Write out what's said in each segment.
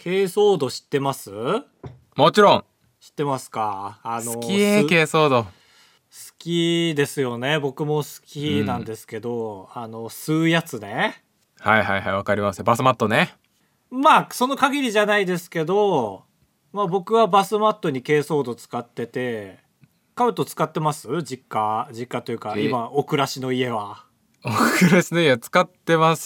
珪藻土知ってます？ もちろん。 知ってますか？ 好き珪藻土。 好きですよね。僕も好きなんですけど、吸うやつね。 はいはいはい、わかります。バスマットね。 まあその限りじゃないですけど、まあ僕はバスマットに珪藻土使ってて、カブト使ってます？実家というか今お暮らしの家は。 お暮らしの家使ってます。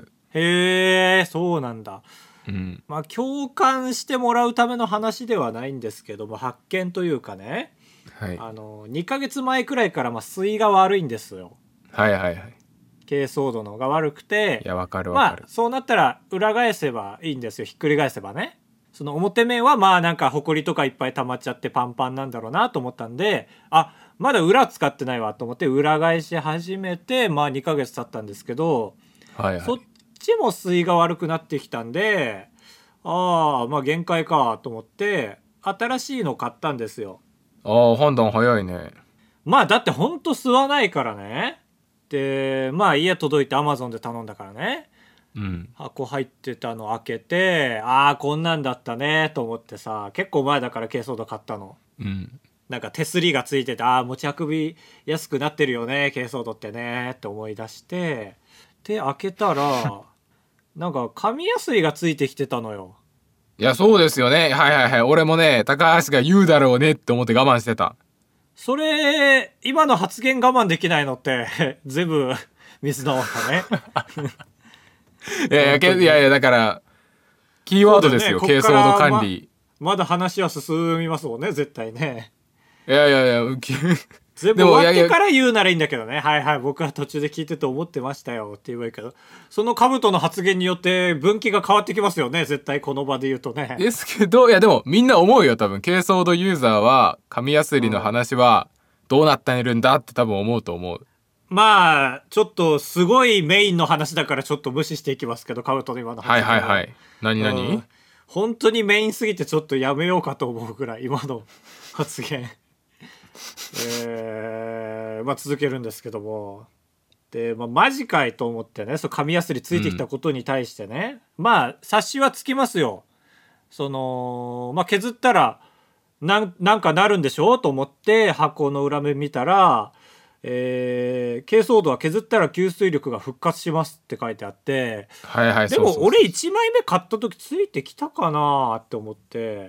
へえ、そうなんだ。 うん。 まあ共感してもらうための話ではないんですけども、発見というかね、 はい。 2ヶ月前くらいから水が悪いんですよ。 はいはいはい。 珪藻土のが悪くて、 いや、わかるわかる。 まあそうなったら裏返せばいいんですよ。ひっくり返せばね。その表面はまあなんかホコリとかいっぱい溜まっちゃってパンパンなんだろうなと思ったんで、まだ裏使ってないわと思って裏返し始めて、まあ2ヶ月経ったんですけど、そっはいはい。 ちも水が悪くなってきたんで、まあ限界かと思って新しいの買ったんですよ。 ああ、判断早いね。 まあだってほんと吸わないからね。でまあ家届いて Amazon で頼んだからね、 うん。 箱入ってたの開けて、こんなんだったねと思ってさ、結構前だから珪藻土買ったの。 うん。 なんか手すりがついてて、持ち運びやすくなってるよね珪藻土ってねって思い出して、で開けたらなんか紙やすりがついてきてたのよ。 いや、そうですよね。はいはいはい。俺もね、高橋が言うだろうねって思って我慢してた。 それ今の発言我慢できないのって全部水の泡ね。 いやいや、 本当にいやいや、だから、キーワードですよ。 そうだよね。こっか珪藻土ら管理。 まだ話は進みますもんね絶対ね。 いやいやいや、 全部でも、いやいや、 終わってから言うならいいんだけどね。はいはい、僕は途中で聞いてて思ってましたよって言えばいいけど、その兜の発言によって分岐が変わってきますよね絶対この場で言うとね。 ですけど、いやでも、みんな思うよ、多分。珪藻土ユーザーは、紙やすりのうん、 話は、どうなってるんだって多分思うと思う。 まあちょっとすごいメインの話だからちょっと無視していきますけど、兜の今のはい発言は。 はいはい。何うん、 何。 本当にメインすぎてちょっとやめようかと思うぐらい今の発言。まあ続けるんですけども、で、まあ、マジかいと思ってね、紙やすりついてきたことに対してね、まあ察しはつきますよ。まあ削ったらなんかなるんでしょうと思って箱の裏面見たら、珪藻土は削ったら吸水力が復活しますって書いてあって、 はいはい、 でそうそうそう。 も俺1枚目買った時ついてきたかなって思って、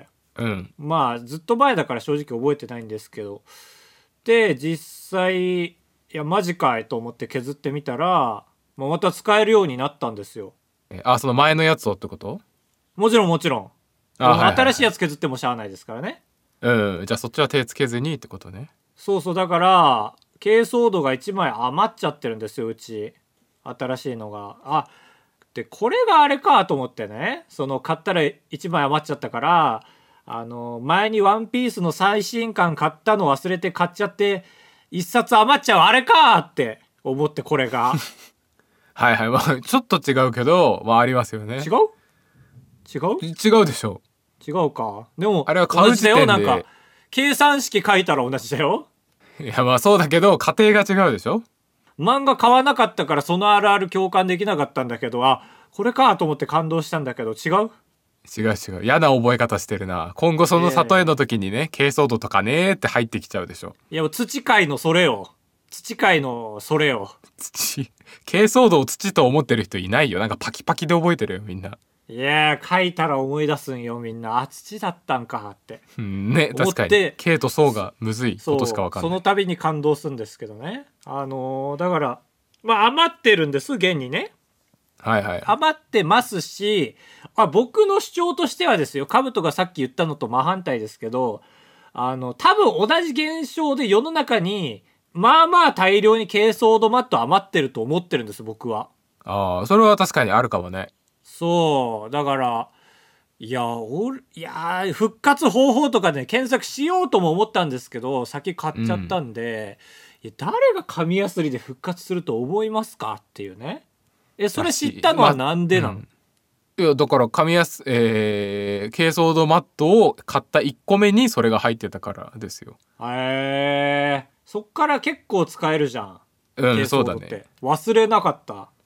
うん。 まあずっと前だから正直覚えてないんですけど、で実際いやマジかいと思って削ってみたら、また使えるようになったんですよ。 その前のやつをってこと？ もちろんもちろん。 あ、はいはいはい。 新しいやつ削ってもしゃあないですからね。 うん。じゃあそっちは手つけずにってことね。 そうそう、だから珪藻土が1枚余っちゃってるんですようち。新しいのが。でこれがあれかと思ってね、買ったら1枚余っちゃったから、前にワンピースの最新刊買ったの忘れて買っちゃって1冊余っちゃうあれかって思って、これがはいはい。まあ、ちょっと違うけど、まあありますよね。 違う違う違うでしょ。 違うか。でもあれは買同じだよ。 う時点なんかで。 計算式書いたら同じだよ。 いやまあそうだけど、過程が違うでしょ。 漫画買わなかったからそのあるある共感できなかったんだけど、これかと思って感動したんだけど、違う。 違う違う。嫌な覚え方してるな。今後その例えの時にね、珪藻土とかねーって入ってきちゃうでしょ。 いやもう土界のそれよ。土界のそれよ。 土。珪藻土を土と思ってる人いないよ。なんかパキパキで覚えてるよ、みんな。 いや書いたら思い出すんよみんな。土だったんかってうんね、 思っ確かに。 て、 珪と層がむずいことしかわかんない。 その度に感動するんですけどね。だからまあ余ってるんです現にね。 はいはい。 余ってますし、僕の主張としてはですよ、カブトがさっき言ったのと真反対ですけど、多分同じ現象で世の中にまあまあ大量に珪藻土マット余ってると思ってるんです僕は。 ああ、それは確かにあるかもね。 そうだから、いや復活方法とかで、ね、検索しようとも思ったんですけど先買っちゃったんで、いや誰が紙やすりで復活すると思いますかっていうね。それ知ったのはなんでなの？ いやだから珪藻土マットを買った1個目にそれが入ってたからですよ。 そっから結構使えるじゃん。 うん、 珪そうだね。 藻土って忘れなかった。 忘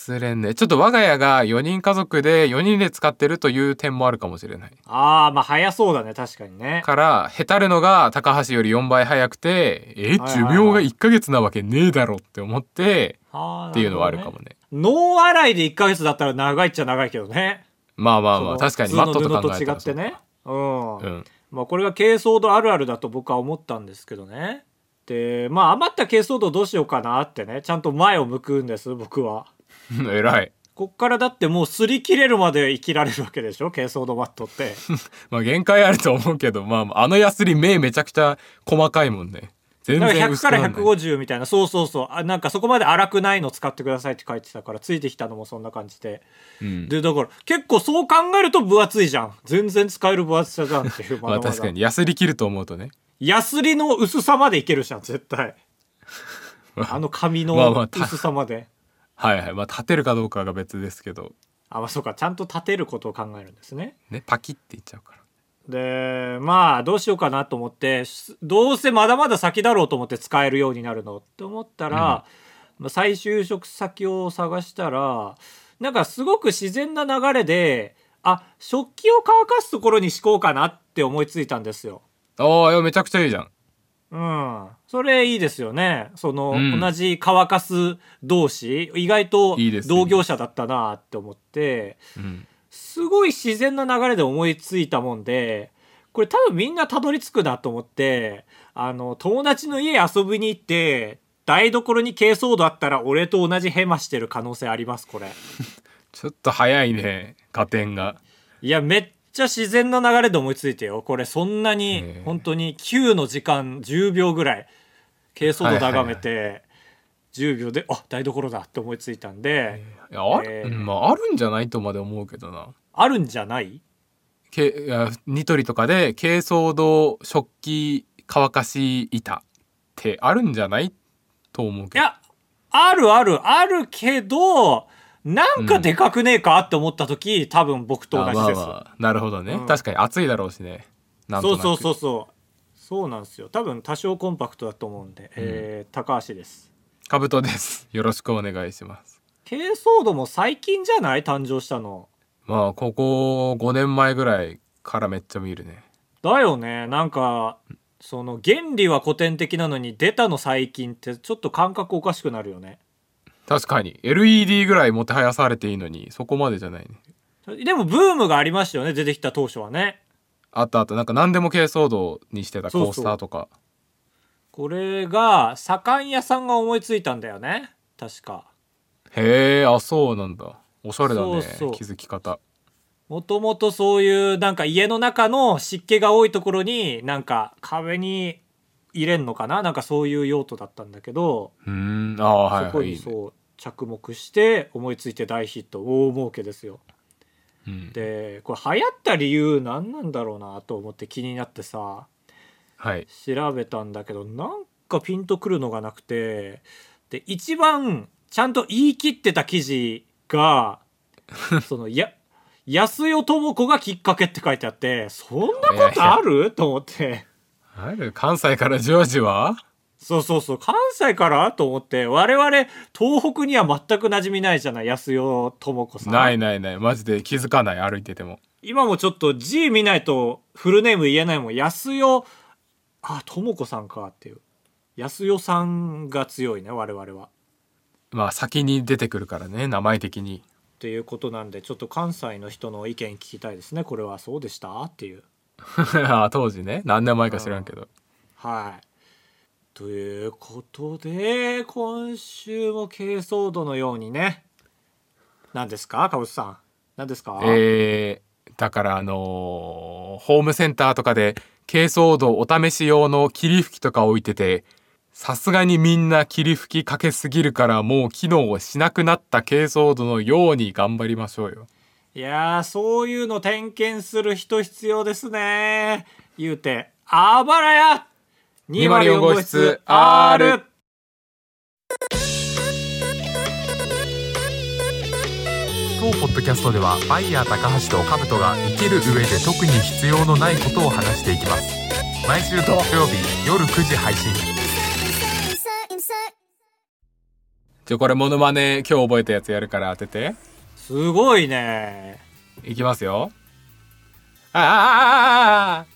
忘れんね。ちょっと我が家が4人家族で4人で使ってるという点もあるかもしれない。 ああ、まあ早そうだね、確かにね。 からへたるのが高橋より4倍早くて、寿命が1ヶ月なわけねえだろって思ってっていうのはあるかもね。 ノー洗いで1ヶ月だったら長いっちゃ長いけどね。 まあ確かにマットと考えたら普通の布と違ってね。うん。 うん。 まあこれが珪藻土あるあるだと僕は思ったんですけどね。で、まあ余った珪藻土どうしようかなってね、ちゃんと前を向くんです、僕は。 偉い。 こっからだってもう擦り切れるまで生きられるわけでしょ、珪藻土マットって。 まあ限界あると思うけど、あのヤスリ目めちゃくちゃ細かいもんね。全然 100から薄くなんない。 150みたいな、そうそうそう。なんかそこまで粗くないの使ってくださいって書いてたから、ついてきたのもそんな感じで。 うん、 で、だから結構そう考えると分厚いじゃん。全然使える分厚さじゃんっていう。 まあ確かにヤスリ切ると思うとね。 ヤスリの薄さまでいけるじゃん、絶対。あの紙の薄さまで。 はいはい。まあ立てるかどうかが別ですけど。 あ、まあそうか。ちゃんと立てることを考えるんですね。 ね、パキっていっちゃうから。 で、まあどうしようかなと思って、どうせまだまだ先だろうと思って使えるようになるのって思ったら、まあ再就職先を探したら、なんかすごく自然な流れで、あ、食器を乾かすところに敷こうかなって思いついたんですよ。 ああ、いやめちゃくちゃいいじゃん。 うん。それいいですよね。その、 うん同じ乾かす同士、意外といいです同業者だったなって思って、 うん。 すごい自然な流れで思いついたもんで、これ多分みんなたどり着くなと思って、友達の家遊びに行って、台所に珪藻土あったら俺と同じヘマしてる可能性あります、これ。 ちょっと早いね、加点が。 いや、めっちゃ自然な流れで思いついてよ。これそんなに、本当に9の時間10秒ぐらい、珪藻土眺めて、10秒で、あ、台所だって思いついたんで。 いやある、まああるんじゃないとまで思うけどな。 あるんじゃない？ いやニトリとかで珪藻土食器乾かし板ってあるんじゃないと思うけど。 いや、あるけど、なんかでかくねえかって思った時、多分僕と同じです。 なるほどね、確かに暑いだろうしね。なんとなくそうなんですよ。多分多少コンパクトだと思うんで、高橋です。 カブトです。よろしくお願いします。 珪藻土も最近じゃない？誕生したの。 まあここ5年前ぐらいからめっちゃ見るね。 だよね。なんかその原理は古典的なのに出たの最近ってちょっと感覚おかしくなるよね。 確かに LED ぐらいもてはやされていいのにそこまでじゃないね。 でもブームがありましたよね、出てきた当初はね。 あったなんか何でも珪藻土にしてたコースターとか。 これが左官屋さんが思いついたんだよね、確か。 へえ、あ、そうなんだ。おしゃれだね。 そう気づき方。 もともとそういうなんか家の中の湿気が多いところになんか壁に入れんのかな、なんかそういう用途だったんだけど、 ああ、はいはい、 そこにそう着目して思いついて大ヒット、大儲けですよ。でこれ流行った理由何なんだろうなと思って気になってさ、 はい、 調べたんだけどなんかピンとくるのがなくて、で一番ちゃんと言い切ってた記事がその安代智子がきっかけって書いてあって、そんなことあると思って。 ある？関西からじわじわ？ そう関西からと思って、我々東北には全く馴染みないじゃない、安代智子さん。 ないマジで気づかない、歩いてても。 今もちょっと字見ないとフルネーム言えないもん。安代智子さんかっていう。安代さんが強いね、我々は。 まあ先に出てくるからね、名前的に。 っていうことなんで、ちょっと関西の人の意見聞きたいですね。これはそうでしたっていう。 当時ね、何年前か知らんけど。 はい。ということで、今週も珪藻土のようにね。何ですか、かぶさん。何ですか？ だからホームセンターとかで珪藻土お試し用の霧吹きとか置いてて、さすがにみんな霧吹きかけすぎるからもう機能をしなくなった珪藻土のように頑張りましょうよ。 いやー、そういうの点検する人必要ですね。言うて、あばらや204号室 R。 当ポッドキャストではバイヤー高橋とカブトが生きる上で特に必要のないことを話していきます。毎週土曜日夜9時配信。 これモノマネ今日覚えたやつやるから当てて。 すごいね。 いきますよ。あ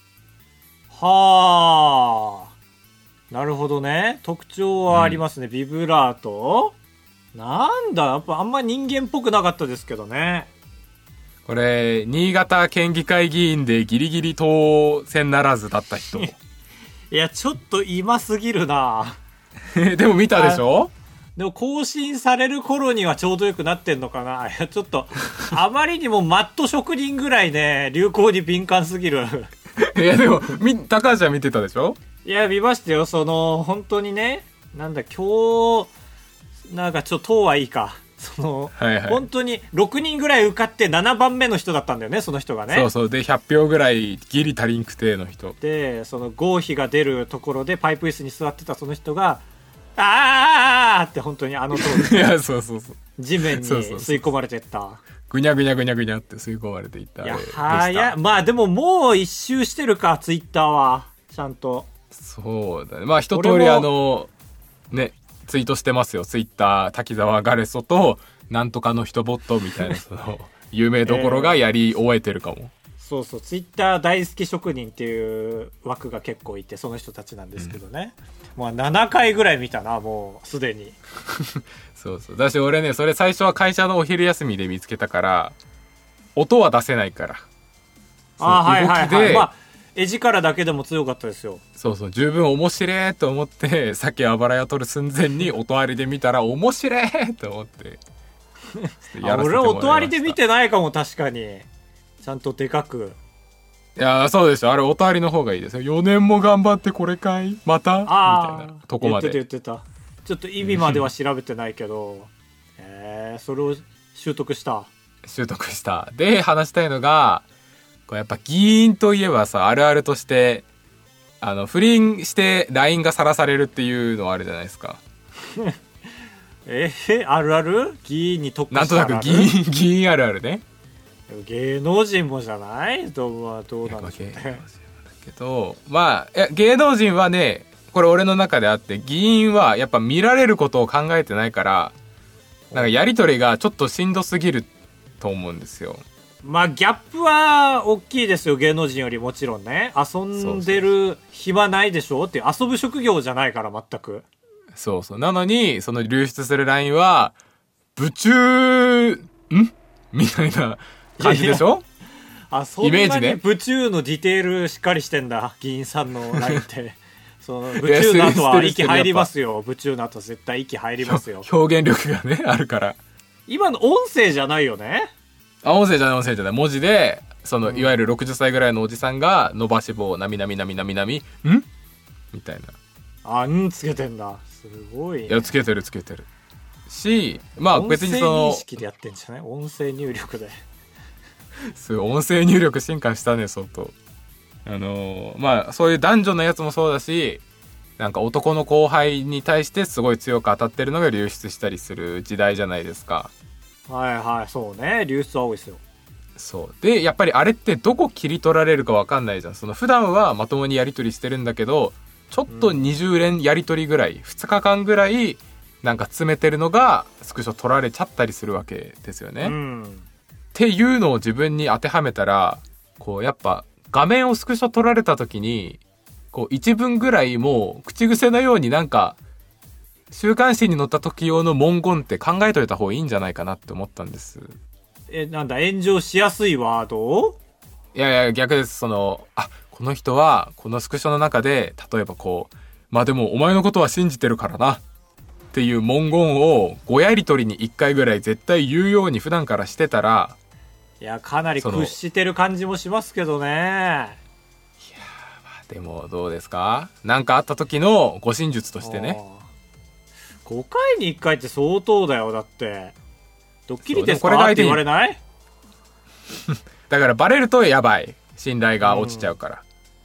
はあ。なるほどね。特徴はありますね。ビブラート。なんだ、やっぱあんま人間っぽくなかったですけどね。 これ、新潟県議会議員でギリギリ当選ならずだった人。 いや、ちょっと今すぎるな。 でも見たでしょ？ でも更新される頃にはちょうどよくなってんのかな。いや、ちょっと、あまりにもマット職人ぐらいね、流行に敏感すぎる。 いや、でも、高橋は見てたでしょ？ いや、見ましたよ。本当にね、なんだ、今日、なんか党はいいか。 はいはい、 本当に6人ぐらい受かって7番目の人だったんだよね、その人がね。 そうそう。で、100票ぐらいギリ足りんくての人。 で、合否が出るところでパイプ椅子に座ってたその人が、あーって本当に通り。 いや、そうそうそう。 地面に吸い込まれてった。 ぐにゃぐにゃぐにゃぐにゃって吸い込まれていった。 いや、まあでももう一周してるか、ツイッターは。ちゃんと。 そうだね。まあ一通りね、ツイートしてますよ。ツイッター、滝沢ガレソと、なんとかの人ボットみたいな、有名どころがやり終えてるかも。 そうそう、ツイッター大好き職人っていう枠が結構いて、その人たちなんですけどね。もう7回ぐらい見たな、もうすでに。 そうそう。だし俺ね、それ最初は会社のお昼休みで見つけたから、音は出せないから。 はいはいはい。まあ、絵力だけでも強かったですよ。 そうそう、十分面白いと思って、さっきあばらや取る寸前に音ありで見たら面白いと思って。 俺は音ありで見てないかも、確かに。ちゃんとでかく。 いやそうでしょ。あれ音ありの方がいいですよ。4年も頑張ってこれかいまたみたいなとこまで言ってた。ちょっと意味までは調べてないけどそれを習得したで話したいのが、こうやっぱ議員といえばさ、あるあるとして不倫して LINE がさらされるっていうのはあるじゃないですか。 あるある？議員に特化したあるある？ なんとなく議員あるあるね。 芸能人もじゃない？どうなんでしょうね。 けどまあ芸能人はね、これ俺の中であって、議員はやっぱ見られることを考えてないから、なんかやり取りがちょっとしんどすぎると思うんですよ。 まあギャップは大きいですよ、芸能人より。もちろんね、遊んでる暇ないでしょっていう、遊ぶ職業じゃないから全く。 そうそう。なのにその流出する LINE は部中みたいな感じでしょ？ そんなに部中のディテールしっかりしてんだ、議員さんの LINE って。部中の後は息入りますよ。部中の後絶対息入りますよ。 表現力がねあるから。 今の音声じゃないよね。 音声じゃない文字でいわゆる60歳ぐらいのおじさんが伸ばし棒なみなみなみなみなみみたいなつけてんだ。すごいね。 いやつけてるし、まあ別に音声認識でやってんじゃない？音声入力で。 音声入力進化したね相当。まあそういう男女のやつもそうだし、なんか男の後輩に対してすごい強く当たってるのが流出したりする時代じゃないですか。 はいはい、そうね、流出は多いですよ。 そうで、やっぱりあれってどこ切り取られるか分かんないじゃん。普段はまともにやり取りしてるんだけど、ちょっと20連やり取りぐらい、2日間ぐらいなんか詰めてるのがスクショ取られちゃったりするわけですよね。っていうのを自分に当てはめたら、こうやっぱ画面をスクショ取られた時にこう一文ぐらいもう口癖のようになんか週刊誌に載った時用の文言って考えといた方がいいんじゃないかなって思ったんです。 なんだ、炎上しやすいワード？ いや逆です。この人はこのスクショの中で例えばこう、まあでもお前のことは信じてるからなっていう文言を5やり取りに1回ぐらい絶対言うように普段からしてたら、 いやかなり屈してる感じもしますけどね。いやまあでもどうですか？なんかあった時の護身術としてね。 5回に1回って相当だよ。だってドッキリですかって言われない？ だからバレるとやばい、信頼が落ちちゃうから。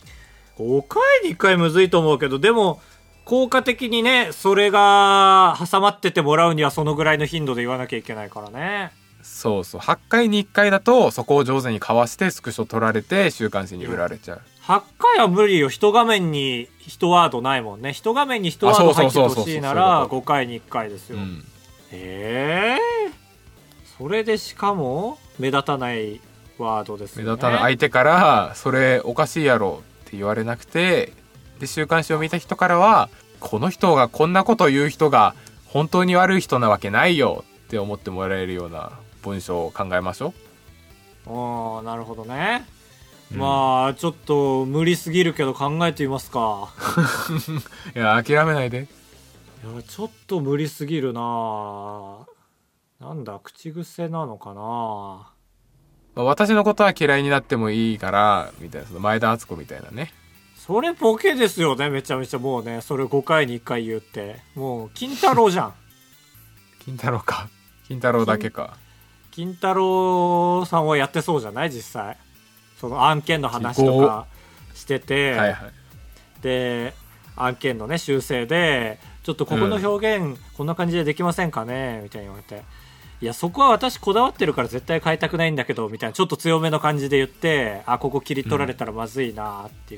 5回に1回むずいと思うけど、でも効果的にね、それが挟まっててもらうにはそのぐらいの頻度で言わなきゃいけないからね。 そう8回に1回だとそこを上手にかわしてスクショ取られて週刊誌に売られちゃう。 8回は無理よ。一画面に一ワードないもんね。一画面に一ワード入ってほしいなら5回に1回ですよ。 それでしかも目立たないワードですよね。 目立たない相手からそれおかしいやろって言われなくて、で週刊誌を見た人からはこの人がこんなこと言う人が本当に悪い人なわけないよって思ってもらえるような文章を考えましょう。なるほどね、 うん、 ちょっと無理すぎるけど考えてみますか。 いや諦めないで。 いやちょっと無理すぎるな。なんだ口癖なのかな。 私のことは嫌いになってもいいからみたいな、その前田敦子みたいなね。 それボケですよね。めちゃめちゃもうね、それ5回に1回言うってもう金太郎じゃん。 金太郎か。金太郎だけか。 金太郎さんはやってそうじゃない実際。その案件の話とかしてて、 はいはい、 で案件のね修正でちょっとここの表現、こんな感じでできませんかねみたいに言われて、いやそこは私こだわってるから絶対変えたくないんだけどみたいなちょっと強めの感じで言って、ここ切り取られたらまずいなって言って、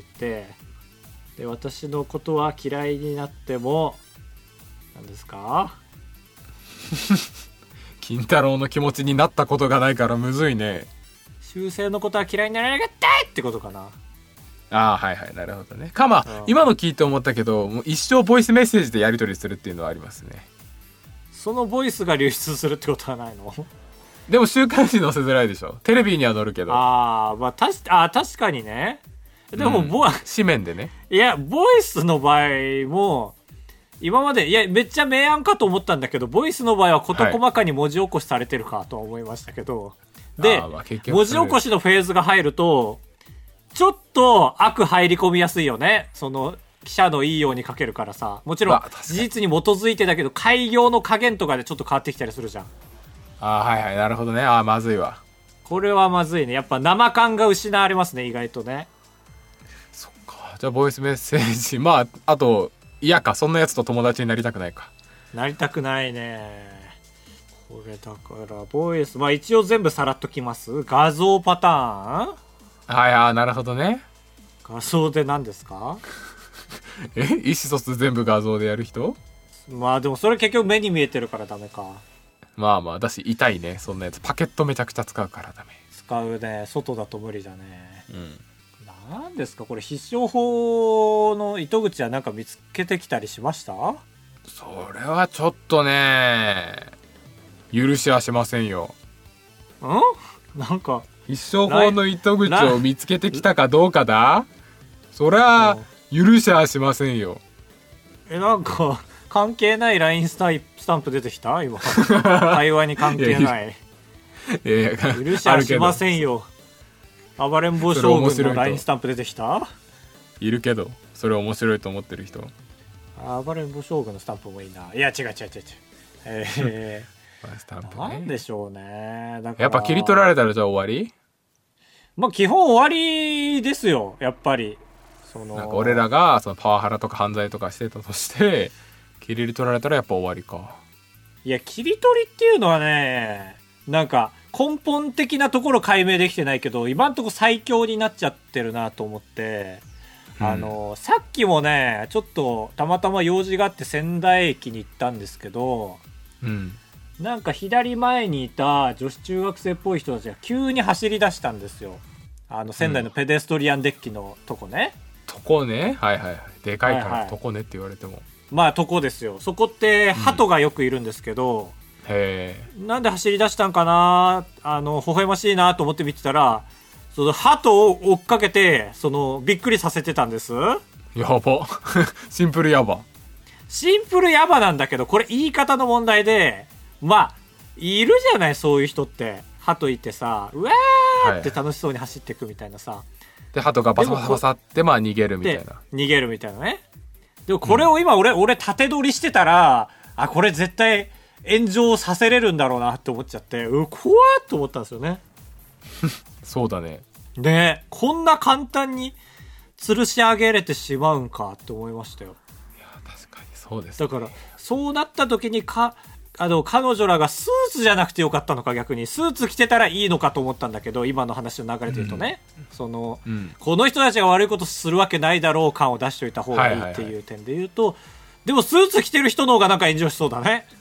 で私のことは嫌いになっても何ですか。 金太郎の気持ちになったことがないからむずいね。 修正のことは嫌いにならなかったってことかな。 はいはい、なるほどね。今の聞いて思ったけど、もう一生ボイスメッセージでやり取りするっていうのはありますね。 そのボイスが流出するってことはないの。 でも週刊誌載せづらいでしょ。テレビには載るけど。 確かにね。でも、 紙面でね。 いやボイスの場合も今までめっちゃ明暗かと思ったんだけど、ボイスの場合は事細かに文字起こしされてるかとは思いましたけど、で文字起こしのフェーズが入るとちょっと悪入り込みやすいよね。その記者のいいように書けるからさ、もちろん事実に基づいてだけど改行の加減とかでちょっと変わってきたりするじゃん。 はいはい、なるほどね。まずいわ。 これはまずいね。やっぱ生感が失われますね、意外とね。 そっか。じゃあボイスメッセージあと嫌か、そんなやつと友達になりたくないか。 なりたくないね。これだからボイス一応全部さらっときます。画像パターン。 はい、なるほどね。 画像で何ですか。 意思疎通全部画像でやる人。 でもそれ結局目に見えてるからダメか。 だし痛いね、そんなやつ。パケットめちゃくちゃ使うからダメ。 使うね。外だと無理だね。なんですかこれ。必勝法の糸口はなんか見つけてきたりしました。 それはちょっとね、許しはしませんよ。 なんか必勝法の糸口を見つけてきたかどうかだ。そりゃ許しはしませんよ。 なんか関係ない LINE スタンプ出てきた今。会話に関係ない。許しはしませんよ。暴れん坊将軍の LINE スタンプ出てきた。 いるけどそれ面白いと思ってる人。 暴れん坊将軍のスタンプもいいな。いや違うスタンプね。 なんでしょうね。だからやっぱ切り取られたらじゃあ終わり。 基本終わりですよやっぱり。 なんか俺らがそのパワハラとか犯罪とかしてたとして切り取られたらやっぱ終わりか。いや切り取りっていうのはね、なんか根本的なところ解明できてないけど今んとこ最強になっちゃってるなと思って、さっきもねちょっとたまたま用事があって仙台駅に行ったんですけど、なんか左前にいた女子中学生っぽい人たちが急に走り出したんですよ。仙台のペデストリアンデッキのとこね。 とこね。はいはいはい。でかいからとこねって言われても。 とこですよ。そこって鳩がよくいるんですけど、なんで走り出したんかな、微笑ましいなと思って見てたら、その鳩を追っかけてびっくりさせてたんです。 やば。シンプルやば。 シンプルやばなんだけど、これ言い方の問題で、いるじゃないそういう人って。鳩いてさ、うわーって楽しそうに走っていくみたいなさ、 で鳩がバサバサバサって逃げるみたいな。 逃げるみたいなね。でもこれを今俺縦取りしてたら、これ絶対炎上させれるんだろうなって思っちゃって、怖っと思ったんですよね。 そうだね。 ね、こんな簡単に吊るし上げれてしまうんかって思いましたよ。 いや確かにそうです、 ね。だからそうなった時に彼女らがスーツじゃなくてよかったのか、逆にスーツ着てたらいいのかと思ったんだけど、今の話の流れで言うとね、この人たちが悪いことするわけないだろう感を出しておいた方がいいっていう点で言うと、でもスーツ着てる人の方がなんか炎上しそうだね。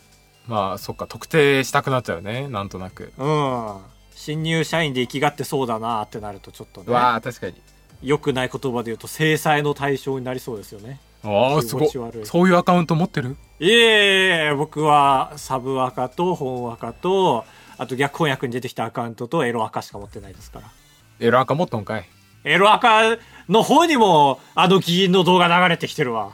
まあそっか、特定したくなっちゃうね、なんとなく。 新入社員で生きがってそうだなってなるとちょっとね、 わあ確かに良くない言葉で言うと制裁の対象になりそうですよね。 ああすごい。そういうアカウント持ってる？ いえ、僕はサブアカと本アカと、あと逆翻訳に出てきたアカウントとエロアカしか持ってないですから。 エロアカ持っとんかい。 エロアカの方にも議員の動画流れてきてるわ。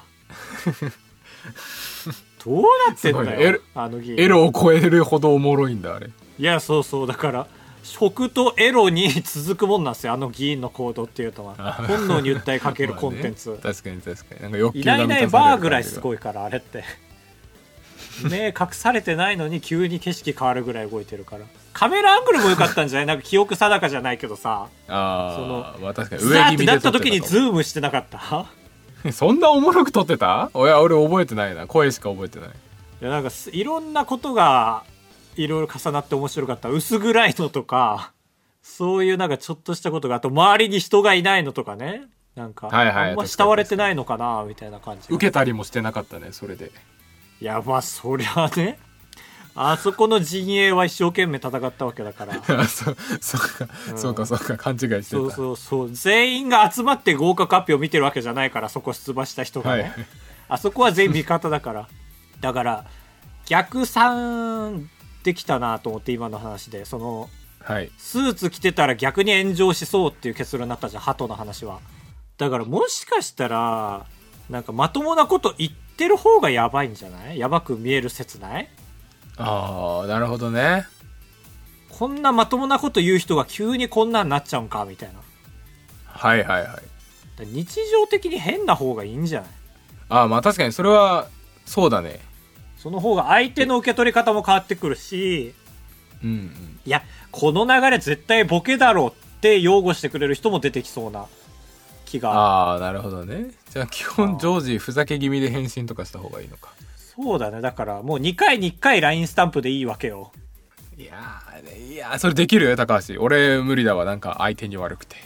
どうなってんだよ、議員。 エロを超えるほどおもろいんだあれ。 いや、そうそう、だから食とエロに続くもんなんですよ、議員の行動っていうのは。本能に訴えかけるコンテンツ、 ね、確かに確かに、なんか欲求いないいないバーぐらいすごいから、あれって目隠されてないのに急に景色変わるぐらい動いてるから。カメラアングルも良かったんじゃない？なんか記憶定かじゃないけどさ、 まあ確かに上気味で撮ってた。なった時にズームしてなかった？ そんなおもろく撮ってた？俺覚えてないな、声しか覚えてない。いや、なんかいろんなことがいろいろ重なって面白かった。薄暗いのとか、そういうなんかちょっとしたことが、あと周りに人がいないのとかね、なんか、あんま慕われてないのかなみたいな感じ。 受けたりもしてなかったね、それで。 いや、まあそりゃね、あそこの陣営は一生懸命戦ったわけだからそうか勘違いしてた。 そう全員が集まって合格発表見てるわけじゃないから、そこ出馬した人がね、はい、あそこは全員味方だからだから逆算できたなと思って、今の話ではい、 スーツ着てたら逆に炎上しそうっていう結論になったじゃん、鳩の話は。だからもしかしたらなんかまともなこと言ってる方がやばいんじゃない？やばく見える説ない？ ああ、なるほどね。 こんなまともなこと言う人が急にこんなんなっちゃうんかみたいな。 はいはいはい。 日常的に変な方がいいんじゃない？ ああ、まあ確かにそれはそうだね。 その方が相手の受け取り方も変わってくるし、いや、この流れ絶対ボケだろうって擁護してくれる人も出てきそうな気が。 ああ、なるほどね。じゃあ基本常時ふざけ気味で返信とかした方がいいのか。 そうだね。だからもう2回に1回 LINE スタンプでいいわけよ。 いやそれできるよ高橋。俺無理だわ。なんか相手に悪くて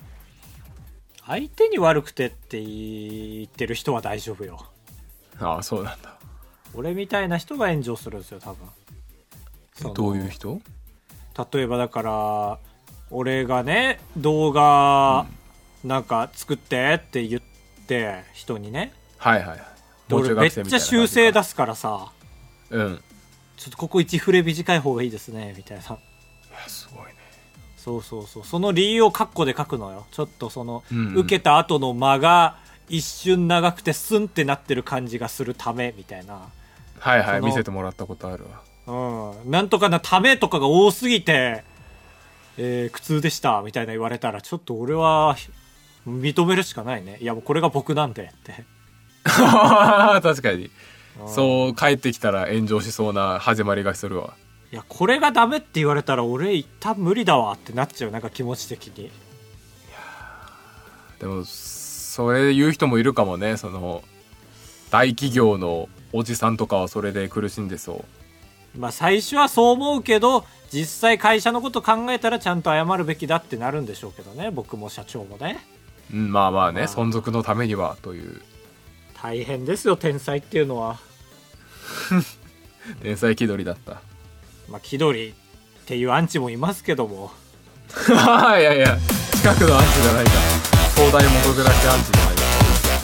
って言ってる人は大丈夫よ。 ああ、そうなんだ。 俺みたいな人が炎上するんですよ多分。 どういう人？ 例えばだから俺がね動画なんか作ってって言って人にね、 はいはい。 俺めっちゃ修正出すからさ、ちょっとここ1フレ短い方がいいですねみたいな。いやすごいね。 そうその理由をカッコで書くのよ。ちょっと受けた後の間が一瞬長くてスンってなってる感じがするためみたいな。 はいはい、見せてもらったことあるわ。なんとかなためとかが多すぎて、苦痛でしたみたいな言われたら、ちょっと俺は認めるしかないね。いやもうこれが僕なんでって確かにそう帰ってきたら炎上しそうな始まりがするわ。 いやこれがダメって言われたら俺一旦無理だわってなっちゃう、なんか気持ち的に。いやでもそれ言う人もいるかもね。大企業のおじさんとかはそれで苦しんでそう。 まあ最初はそう思うけど、実際会社のこと考えたらちゃんと謝るべきだってなるんでしょうけどね、僕も社長もね。 まあね、存続のためにはという。 大変ですよ天才っていうのは天才気取りだった。 まあ気取りっていうアンチもいますけどもいや近くのアンチじゃないから、東大元暮らしアンチじゃないから。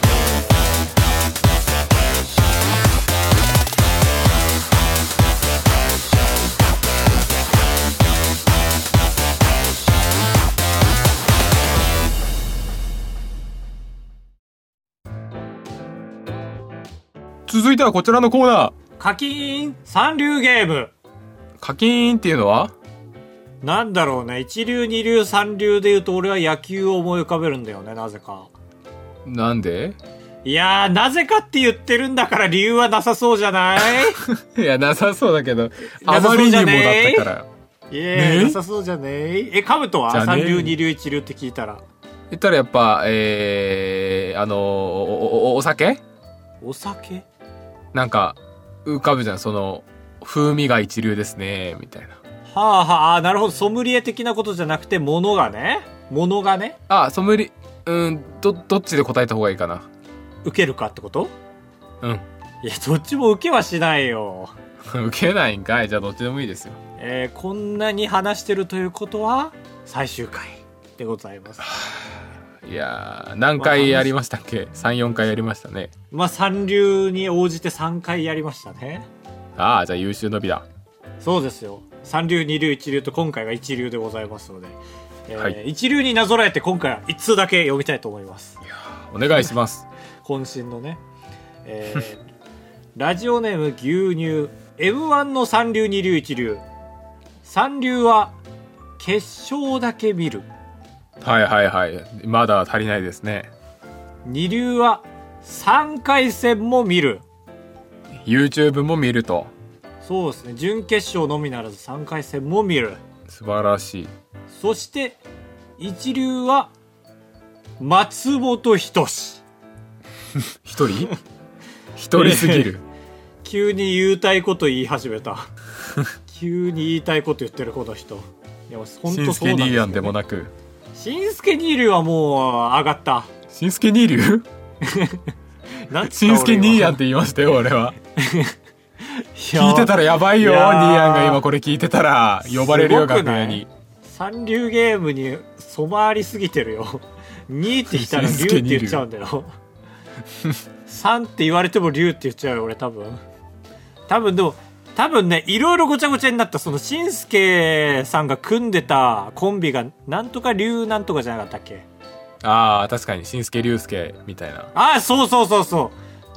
続いてはこちらのコーナー。 課金三流ゲーム。 課金っていうのはなんだろうね。一流二流三流で言うと俺は野球を思い浮かべるんだよね、なぜか。 なんで？ いやー、なぜかって言ってるんだから理由はなさそうじゃないいやなさそうだけど、あまりにもだったから。 なさそうじゃねえ。カブトは三流二流一流って聞いたら言ったらやっぱお酒なんか浮かぶじゃん。風味が一流ですねみたいな。 はあ、なるほど。ソムリエ的なことじゃなくて物がね。 あ、ソムリどっちで答えた方がいいかな。 受けるかってこと？ いやどっちも受けはしないよ。 受けないんかい。じゃあどっちでもいいですよ。 こんなに話してるということは最終回でございます。 いやー何回やりましたっけ。3、4回やりましたね。 まあ三流に応じて3回やりましたね。 ああ、じゃあ優秀の美だ。 そうですよ。三流二流一流と今回が一流でございますので、 はい、 一流になぞらえて今回は1通だけ読みたいと思います。 いやお願いします。 渾身のね、ラジオネーム牛乳 M1 の三流二流一流。三流は決勝だけ見る。 はいはいはい、まだ足りないですね。 二流は3回戦も見る。 YouTube も見ると。 そうですね、準決勝のみならず3回戦も見る。 素晴らしい。 そして一流は松本人志。 一人一人すぎる。 急に言いたいこと言い始めた。急に言いたいこと言ってるこの人。いや本当そうなんですよね。 しんすけニーヤンでもなく。 しんすけニーリュはもう上がった。 しんすけニーリュしんすけニーヤンって言いましたよ俺は。聞いてたらやばいよ。ニーヤンが今これ聞いてたら呼ばれるよ楽屋に。 三流ゲームに染まりすぎてるよ。2って言ったら龍って言っちゃうんだよ。3って言われても龍って言っちゃうよ俺多分でも多分ね、いろいろごちゃごちゃになった。そのしんすけさんが組んでたコンビがなんとか龍なんとかじゃなかったっけ。 ああ確かにしんすけ龍介みたいな。 ああそうそうそうそう、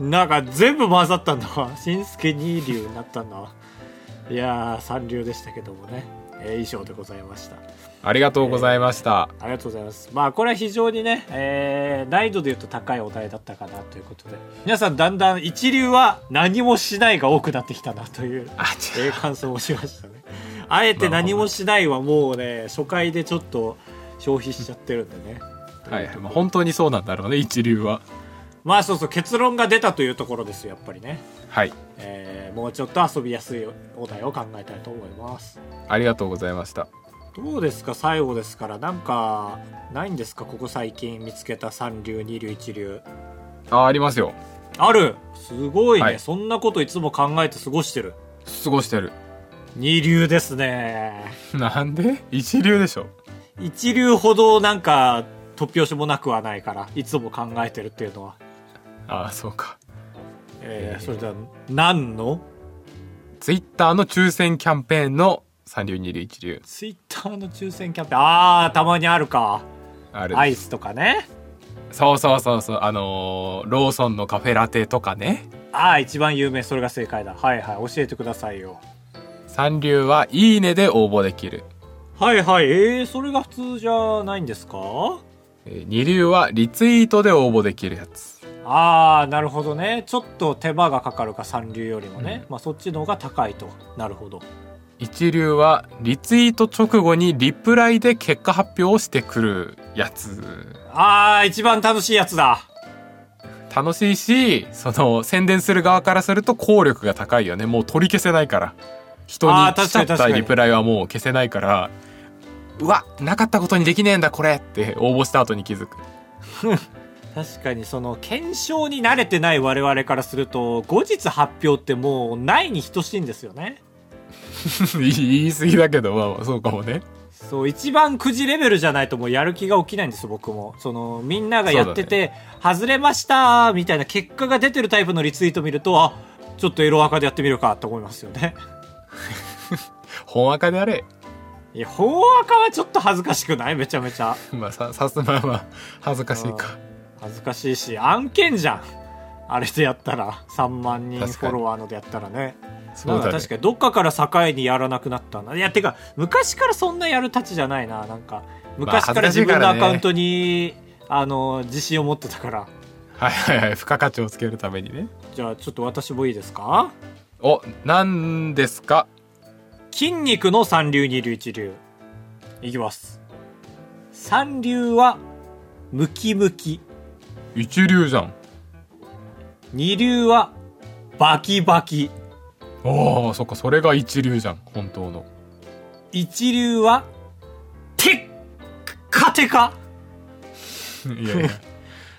なんか全部混ざったんだわ。しんすけ二流になったんだわ。いやー三流でしたけどもね、以上でございました。 ありがとうございました、 ありがとうございます。まあこれは非常にね、難易度で言うと高いお題だったかなということで、皆さんだんだん一流は何もしないが多くなってきたなという感想をしましたね。あえて何もしないはもうね初回でちょっと消費しちゃってるんでね。 はい、まあ、本当にそうなんだろうね一流は。 まあそうそう、結論が出たというところですよやっぱりね。 はい、 もうちょっと遊びやすいお題を考えたいと思います。 ありがとうございました。 どうですか、最後ですからなんかないんですか、ここ最近見つけた三流二流一流。 ありますよ。 ある。すごいね、 はい、 そんなこといつも考えて過ごしてる。 過ごしてる。 二流ですね。 なんで一流でしょ。 一流ほどなんか突拍子もなくはないからいつも考えてるっていうのは。 ああそうか。 それでは何のツイッターの抽選キャンペーンの三流二流一流。 ツイッターの抽選キャンペーン、あーたまにあるか。 ある。 アイスとかね。 そうそうそうそう、ローソンのカフェラテとかね。 ああ一番有名、それが正解だ。はいはい、教えてくださいよ。 三流はいいねで応募できる。 はいはい、それが普通じゃないんですか。 二流はリツイートで応募できるやつ。 ああなるほどね、ちょっと手間がかかるか三流よりもね、まあそっちの方が高いと。なるほど。 一流はリツイート直後にリプライで結果発表をしてくるやつ。 ああ一番楽しいやつだ。 楽しいし、その宣伝する側からすると効力が高いよね。もう取り消せないから、人に来ちゃったリプライはもう消せないから、うわなかったことにできねえんだこれって応募した後に気づく。 確かにその検証に慣れてない我々からすると後日発表ってもうないに等しいんですよね。 言い過ぎだけど、まあそうかもね。 そう一番くじレベルじゃないともうやる気が起きないんです僕も。そのみんながやってて、外れましたみたいな結果が出てるタイプのリツイート見ると、あちょっとエロアカでやってみるかと思いますよね。 本アカであれ。 いや本アカはちょっと恥ずかしくない？めちゃめちゃ。 まあさすがは恥ずかしいか。 恥ずかしいし案件じゃんあれでやったら。3万人フォロワーのでやったらね。そうだね、確かにどっかから境にやらなくなったな。いやてか昔からそんなやるたちじゃないな。なんか昔から自分のアカウントに、自信を持ってたから。 はいはいはい、付加価値をつけるためにね。 じゃあちょっと私もいいですか。 お、何ですか。 筋肉の三流二流一流いきます。三流はムキムキ。 一流じゃん。 二流はバキバキ。 ああそっか、それが一流じゃん本当の。 一流はテッカテカ。 いやいや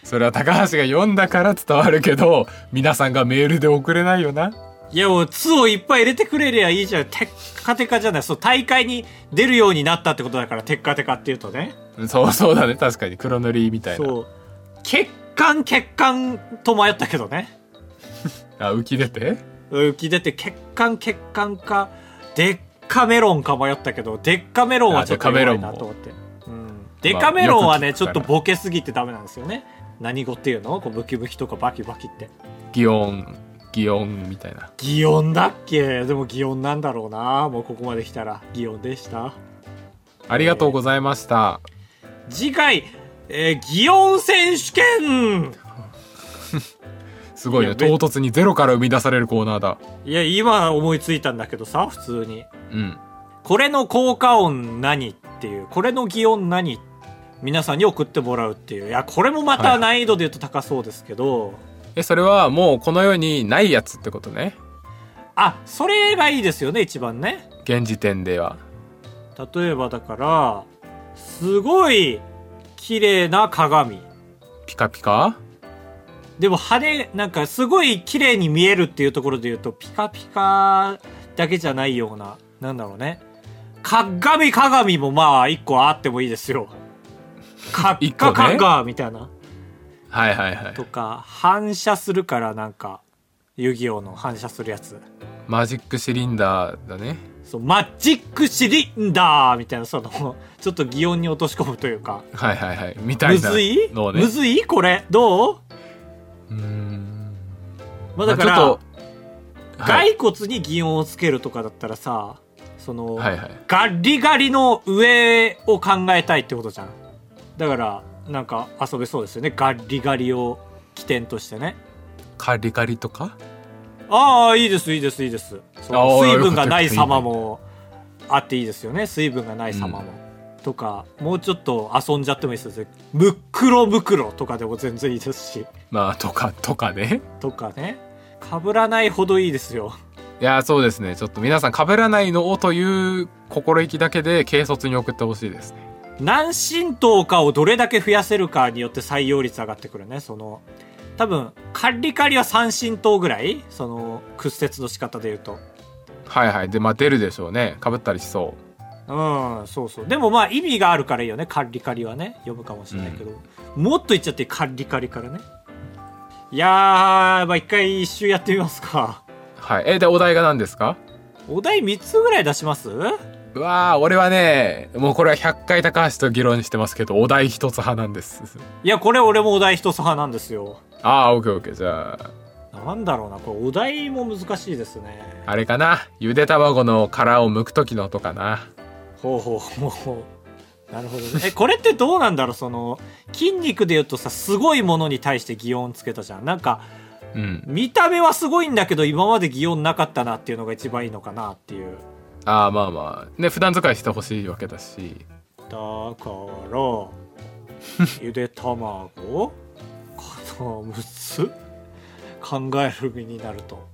それは高橋が読んだから伝わるけど、皆さんがメールで送れないよな。 いやもう、ツをいっぱい入れてくれりゃいいじゃん。テッカテカじゃない。そう、大会に出るようになったってことだから、テッカテカって言うとね。 そうだね。確かに黒塗りみたいな。 そう。血管と迷ったけどね。 浮き出て血管か、デッカメロンか迷ったけど、デッカメロンはちょっと弱いなと思って。デカメロンはね、ちょっとボケすぎてダメなんですよね。何語っていうの？こうブキブキとかバキバキって。 擬音みたいな。 擬音だっけ？でも擬音なんだろうな。もうここまで来たら擬音でした。 ありがとうございました。 次回、擬音選手権すごいね。唐突にゼロから生み出されるコーナーだ。 いや、今思いついたんだけどさ、普通に。 うん。 これの効果音何っていう、これの擬音何皆さんに送ってもらうっていう。いや、これもまた難易度で言うと高そうですけど。 それはもうこの世にないやつってことね。 あ、それがいいですよね、一番ね。 現時点では。 例えばだから、すごい綺麗な鏡。 ピカピカ？ でもなんかすごい綺麗に見えるっていうところで言うと、ピカピカだけじゃないような、なんだろうね。鏡もまあ一個あってもいいですよ。みたいな。 はい。 とか、反射するからなんか、遊戯王の反射するやつ。 マジックシリンダーだね。 そう、マジックシリンダーみたいな、ちょっと擬音に落とし込むというか。 はい。みたいなのね。 むずいこれ、どう？まあだから、骸骨に擬音をつけるとかだったらさ、ガリガリの上を考えたいってことじゃん。だからなんか遊べそうですよね。ガリガリを起点としてね。 カリカリとか？ ああ、いいです。水分がない様もあっていいですよね。水分がない様も、とか、もうちょっと遊んじゃってもいいですよ。ムックロとかでも全然いいですし。 まあとかね。 被らないほどいいですよ。 いや、そうですね。ちょっと皆さん被らないのをという心意気だけで軽率に送ってほしいですね。 何神道かをどれだけ増やせるかによって採用率上がってくるね。多分カリカリは3神道ぐらい、屈折の仕方で言うと。 はい。で、まあ出るでしょうね。被ったりしそう。 そう。でもまあ意味があるからいいよね。カリカリはね、読むかもしれないけど、もっと言っちゃってカリカリからね。いやー、まあ一回一周やってみますか。 はい。で、お題が何ですか？ お題3つぐらい出します？ うわー、俺はね、もうこれは100回高橋と議論してますけど、お題一つ派なんです。 いや、これ俺もお題一つ派なんですよ。 オッケー。じゃあ。 なんだろうな、これお題も難しいですね。 あれかな、ゆで卵の殻を剥く時の音かな。 ほう。なるほどね。これってどうなんだろう。筋肉で言うとさ、すごいものに対して擬音つけたじゃん。なんか、見た目はすごいんだけど、今まで擬音なかったなっていうのが一番いいのかなっていう。 まあね、普段使いしてほしいわけだし。 だからゆで卵この6つ考える身になると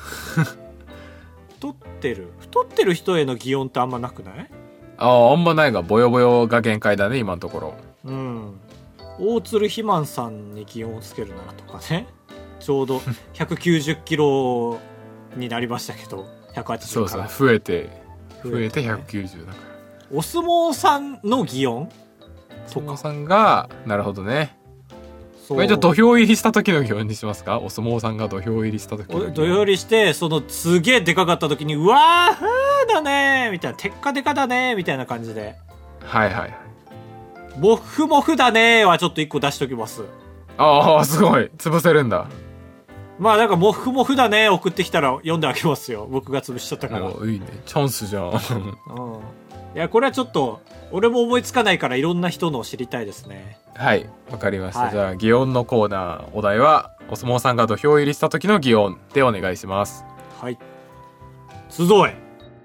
太ってる人への擬音ってあんまなくない？ あんまないが、ボヨボヨが限界だね、今のところ。 大鶴ひまんさんに擬音をつけるならとかね。ちょうど190キロになりましたけど、180から増えて190だから。 お相撲さんの擬音とか。お相撲さんが、なるほどね。これじゃあ土俵入りした時の擬音にしますか？お相撲さんが土俵入りした時の擬音。 土俵入りして、すげえでかかった時に、うわーふーだねーみたいな、テッカデカだねーみたいな感じで。 はい。 モフモフだねーはちょっと1個出しときます。 すごい。潰せるんだ。 まあなんかモフモフだね送ってきたら読んであげますよ。僕が潰しちゃったから。 いいね。チャンスじゃん。 いや、これはちょっと俺も思いつかないからいろんな人のを知りたいですね。 はい、わかりました。じゃあ擬音のコーナー、お題はお相撲さんが土俵入りした時の擬音でお願いします。 はい。集え。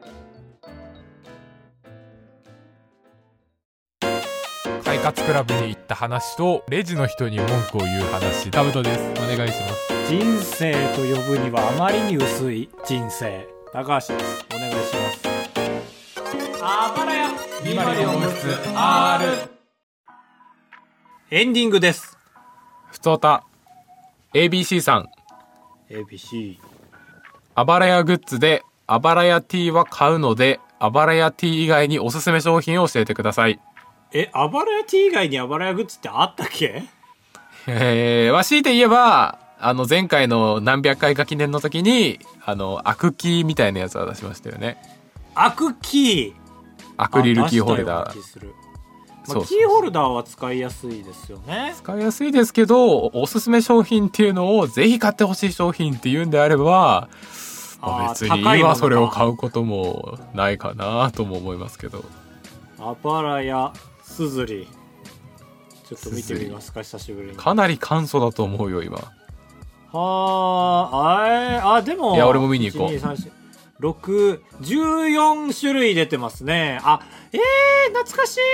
快活クラブに行った話とレジの人に文句を言う話、タブトです。お願いします。 人生と呼ぶにはあまりに薄い人生、高橋です。お願いします。あばらや 204号室 R。 エンディングです。 ふつおた ABC さん、 ABC。 あばらやグッズであばらや T は買うので、あばらや T 以外におすすめ商品を教えてください。 あばらや T 以外にあばらやグッズってあったっけ？ 強いて言えば前回の何百回か記念の時にアクキーみたいなやつは出しましたよね。 アクキー。 アクリルキーホルダー。 まあ、キーホルダーは使いやすいですよね。 使いやすいですけど、おすすめ商品っていうのをぜひ買ってほしい商品っていうんであれば、まあ、別に今それを買うこともないかなとも思いますけど。 あばらやすずり、ちょっと見てみますか、久しぶりに。 かなり簡素だと思うよ今。 でも、 いや俺も見に行こう。 1 2 3 4 6 14種類出てますね。懐かしい。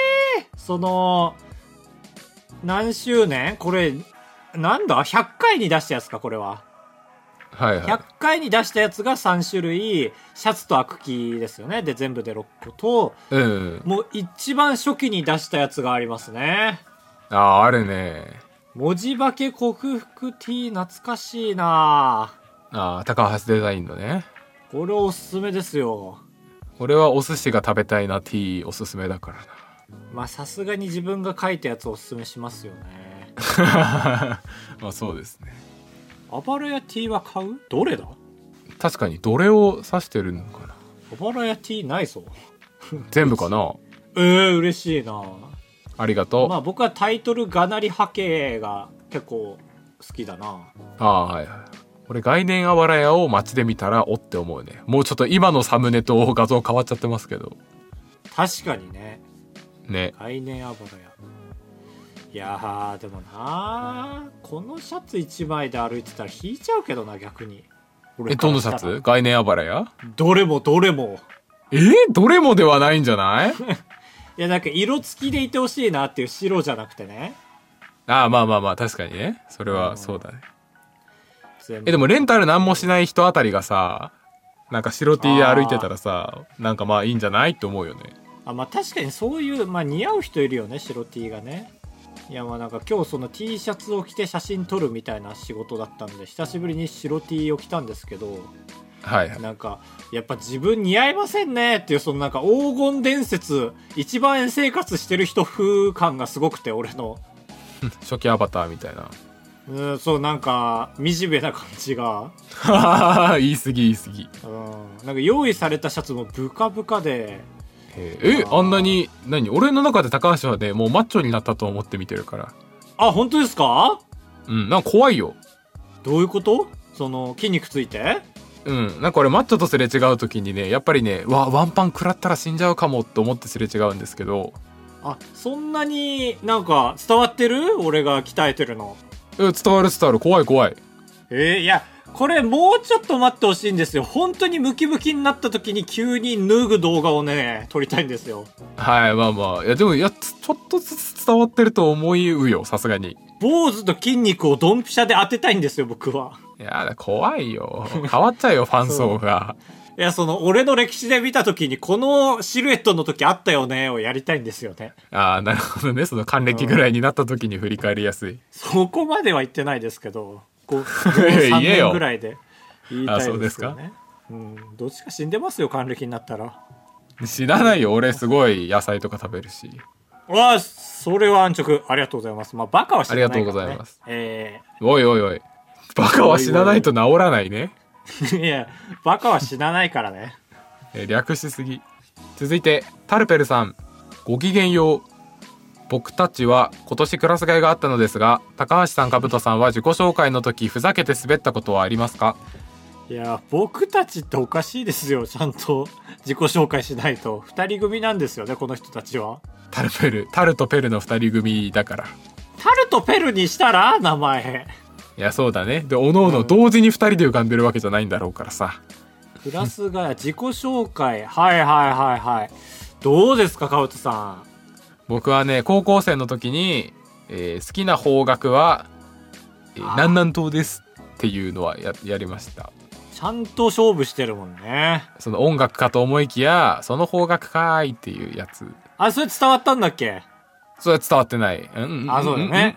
何周年これ、なんだ ?100 回に出したやつか、これは。 はいはい。 100回に出したやつが3種類、シャツとアクキーですよね。で、全部で6個と、もう一番初期に出したやつがありますね。 あるね。 文字化け克服 T 懐かしいな。 高橋デザインのね。 これおすすめですよ。 俺はお寿司が食べたいな T おすすめだからな。 まあさすがに自分が書いたやつおすすめしますよね。 まあそうですね。 あばらや T は買う？どれだ？ 確かにどれを指してるのかな。 あばらや T ないぞ。 全部かな。 嬉しいな。 ありがとう。 まあ僕はタイトルがなり波形が結構好きだな。 はいはい。俺概念あばらやを街で見たらおって思うね。もうちょっと今のサムネと画像変わっちゃってますけど。 確かにね。 ね。 概念あばらや。いやーでもなー、このシャツ1枚で歩いてたら引いちゃうけどな、逆に。 どのシャツ？概念あばらや？ どれも。どれもではないんじゃない？ いやなんか色付きでいてほしいなっていう、白じゃなくてね。 まあ確かにね。それはそうだね。でもレンタルなんもしない人あたりがさ、なんか白 T で歩いてたらさ、なんかまあいいんじゃないって思うよね。 まあ確かにそういう、まあ似合う人いるよね、白 T がね。いやまあなんか今日その T シャツを着て写真撮るみたいな仕事だったんで、久しぶりに白 T を着たんですけど、なんかやっぱ自分似合いませんねっていう、そのなんか黄金伝説一番円生活してる人風感がすごくて、俺の初期アバターみたいな。 そうなんか惨めな感じが言い過ぎ。 なんか用意されたシャツもブカブカで、 あんなに俺の中で高橋はね、もうマッチョになったと思って見てるから。 本当ですか？ なんか怖いよ。 どういうこと？その筋肉ついて？ なんか俺マッチョとすれ違う時にね、やっぱりね、ワンパン食らったら死んじゃうかもって思ってすれ違うんですけど。 そんなになんか伝わってる？俺が鍛えてるの。 伝わる。怖い。 いやこれもうちょっと待ってほしいんですよ。本当にムキムキになった時に急に脱ぐ動画をね撮りたいんですよ。 はい、まあいやでもちょっとずつ伝わってると思うよ、さすがに。 坊主と筋肉をドンピシャで当てたいんですよ、僕は。 いや怖いよ。変わっちゃうよファン層が。 いや俺の歴史で見た時にこのシルエットの時あったよねをやりたいんですよね。 なるほどね。その還暦ぐらいになった時に振り返りやすい。 そこまでは言ってないですけど、3年ぐらいで言いたいですよね。 そうですか。 どっちか死んでますよ、還暦になったら。 知らないよ。俺すごい野菜とか食べるし。 それは安直。ありがとうございます。まあバカは知らないからね。 ありがとうございます。 おいバカは死なないと治らないね。 いやバカは死なないからね。 略しすぎ。続いてタルペルさん、ごきげんよう。僕たちは今年クラス替えがあったのですが、高橋さん、かぶとさんは自己紹介の時ふざけて滑ったことはありますか？ いや僕たちっておかしいですよ。ちゃんと自己紹介しないと。2人組なんですよね、この人たちは。タルとペルの2人組だから。 タルとペルにしたら名前。 いやそうだね。でおのおの同時に2人で浮かんでるわけじゃないんだろうからさ。 クラスが自己紹介。はいどうですか、カウトさん。 僕はね、高校生の時に、好きな邦楽は、南南東ですっていうのは やりました。 ちゃんと勝負してるもんね。 その音楽かと思いきや、その邦楽かーいっていうやつ。 それ伝わったんだっけ？ それ伝わってない。 そうだね。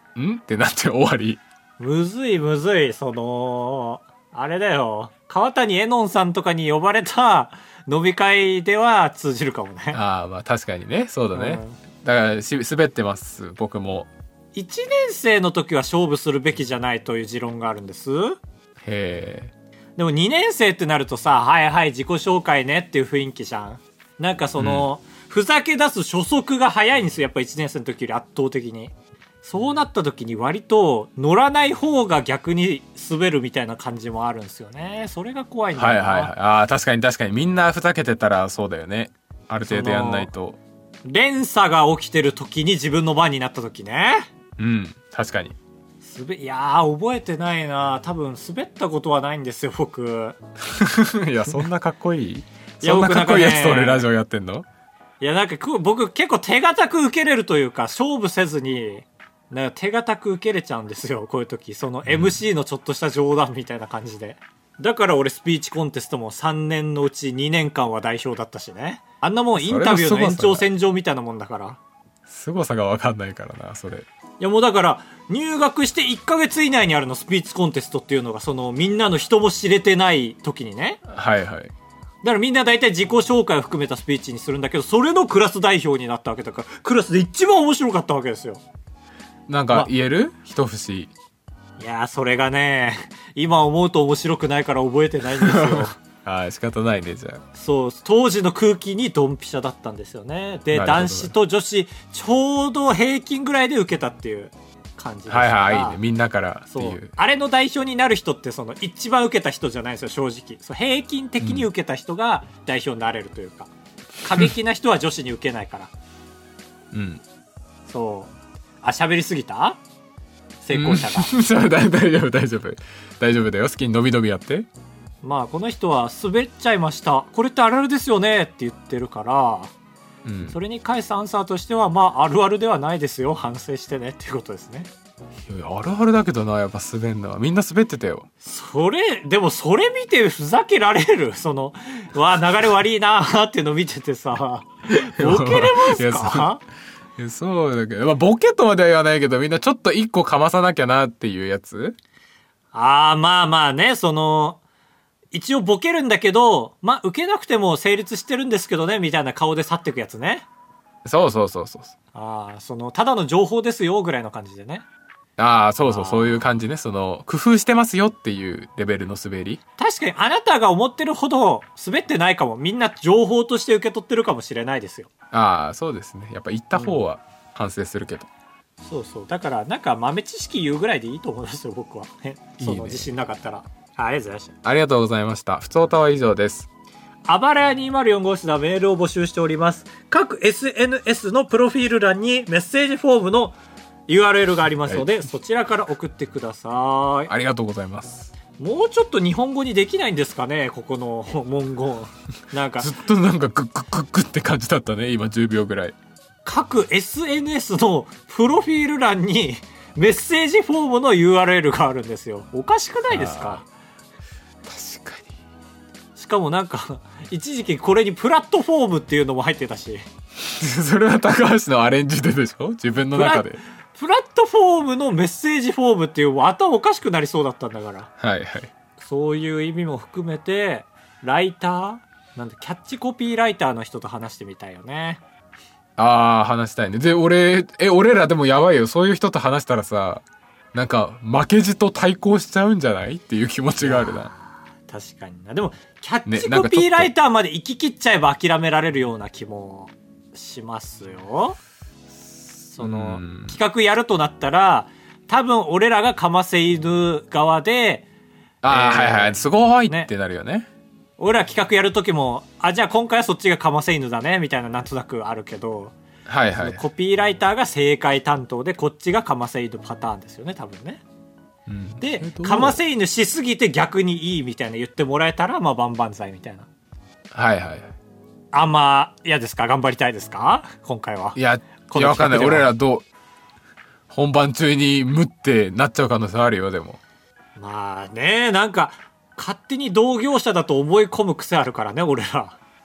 んってなって終わり。 むずいむずい、その、あれだよ。川谷絵音さんとかに呼ばれた飲み会では通じるかもね。 ああ、まあ確かにね。そうだね。だから滑ってます、僕も。 1年生の時は勝負するべきじゃないという持論があるんです。 へえ。 でも2年生ってなるとさ、はいはい自己紹介ねっていう雰囲気じゃん。なんかその、ふざけ出す初速が早いんですよ。やっぱ1年生の時より圧倒的に。そうなった時に割と乗らない方が逆に滑るみたいな感じもあるんですよね。それが怖いんだよな。 はいはいはい。ああ、確かに確かに。みんなふざけてたらそうだよね。ある程度やんないと。 連鎖が起きてる時に自分の番になった時ね。 うん、確かに。 いやー、覚えてないな。多分滑ったことはないんですよ、僕。 いや、そんなかっこいいいやそんなかっこいいやつと僕なんかね俺ラジオやってんの？ いや、なんか僕結構手堅く受けれるというか、勝負せずに、なんか手堅く受けれちゃうんですよ、こういう時。その MC のちょっとした冗談みたいな感じで。だから俺スピーチコンテストも3年のうち2年間は代表だったしね。あんなもんインタビューの延長線上みたいなもんだから。 凄さが分かんないからな、それ。 いやもうだから入学して1ヶ月以内にあるの、スピーチコンテストっていうのが、そのみんなの人も知れてない時にね。 はいはい。 だからみんな大体自己紹介を含めたスピーチにするんだけど、それのクラス代表になったわけだから、クラスで一番面白かったわけですよ。 なんか言える？一節。 いやー、それがね、今思うと面白くないから覚えてないんですよ。 ああ、仕方ないね、じゃあ。 そう、当時の空気にドンピシャだったんですよね。で、男子と女子、ちょうど平均ぐらいで受けたっていう感じですから。 はいはい、いいね。みんなからってそいうう。 あれの代表になる人って、その一番受けた人じゃないんですよ、正直。そう、平均的に受けた人が代表になれるというか、過激な人は女子に受けないから。 うん。 そう。あ、喋りすぎた？成功者が。 大丈夫大丈夫。大丈夫だよ。好きに伸び伸びやって。 まあこの人は滑っちゃいました。これってあるあるですよねって言ってるから、 うん。 それに返すアンサーとしては、まああるあるではないですよ。反省してねっていうことですね。 いやあるあるだけどな、やっぱ滑んのは。みんな滑ってたよ。 でもそれ見てふざけられる？その、わあ流れ悪いなーっていうの見ててさ、ボケれますか？ いやそうだけど、まあ、ボケとまでは言わないけど、みんなちょっと一個かまさなきゃなっていうやつ。 ああ、まあまあね、その、一応ボケるんだけど、まあ受けなくても成立してるんですけどね、みたいな顔で去っていくやつね。 そうそうそうそう。 ああ、その、ただの情報ですよ、ぐらいの感じでね。 ああ、そうそう、そういう感じね。その、工夫してますよっていうレベルの滑り。 確かにあなたが思ってるほど滑ってないかも。みんな情報として受け取ってるかもしれないですよ。 ああ、そうですね。やっぱ言った方は反省するけど。 そうそう。だから、なんか豆知識言うぐらいでいいと思いますよ、僕は。そいいねの自信なかったら。ありがとうございました。 ありがとうございました。ふつおたは以上です。 あばらや204号室ではメールを募集しております。各 SNS のプロフィール欄にメッセージフォームの URL がありますので、はい、そちらから送ってください。 ありがとうございます。 もうちょっと日本語にできないんですかね、ここの文言。なんかずっとなんかグッグッグッグッって感じだったね、今10秒ぐらい。 各 SNS のプロフィール欄にメッセージフォームの URL があるんですよ。おかしくないですか？ 確かに。 しかもなんか一時期これにプラットフォームっていうのも入ってたし。 それは高橋のアレンジでしょ、自分の中で。 プラットフォームのメッセージフォームっていう頭おかしくなりそうだったんだから。 はいはい。 そういう意味も含めてライターなんだ、キャッチコピーライターの人と話してみたいよね。 ああ、話したいね。で、俺らでもやばいよ。そういう人と話したらさ、なんか負けじと対抗しちゃうんじゃないっていう気持ちがあるな。 確かにな。でもキャッチコピーライターまで行き切っちゃえば諦められるような気もしますよ。その企画やるとなったら多分俺らがかませ犬側で、 はいはい、すごいってなるよね。 俺ら企画やる時も、じゃあ今回はそっちがかませ犬だねみたいな、なんとなくあるけど、 はいはい、 コピーライターが正解担当でこっちがかませ犬パターンですよね、多分ね。うん、でかませ犬しすぎて逆にいいみたいな言ってもらえたら、まあ万々歳みたいな。 はいはい。 あんま嫌ですか？頑張りたいですか？今回は。 いやわかんない。俺ら本番中に無ってなっちゃう可能性あるよ。でもまあね、なんか勝手に同業者だと思い込む癖あるからね、俺ら。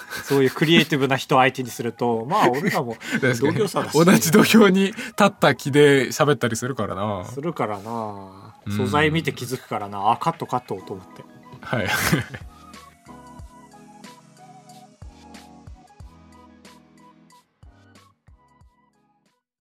そういうクリエイティブな人相手にすると、まあ俺らも同業者だし同じ土俵に立った気で喋ったりするからな。 するからな。素材見て気づくからな。あ、カットと思って。 はい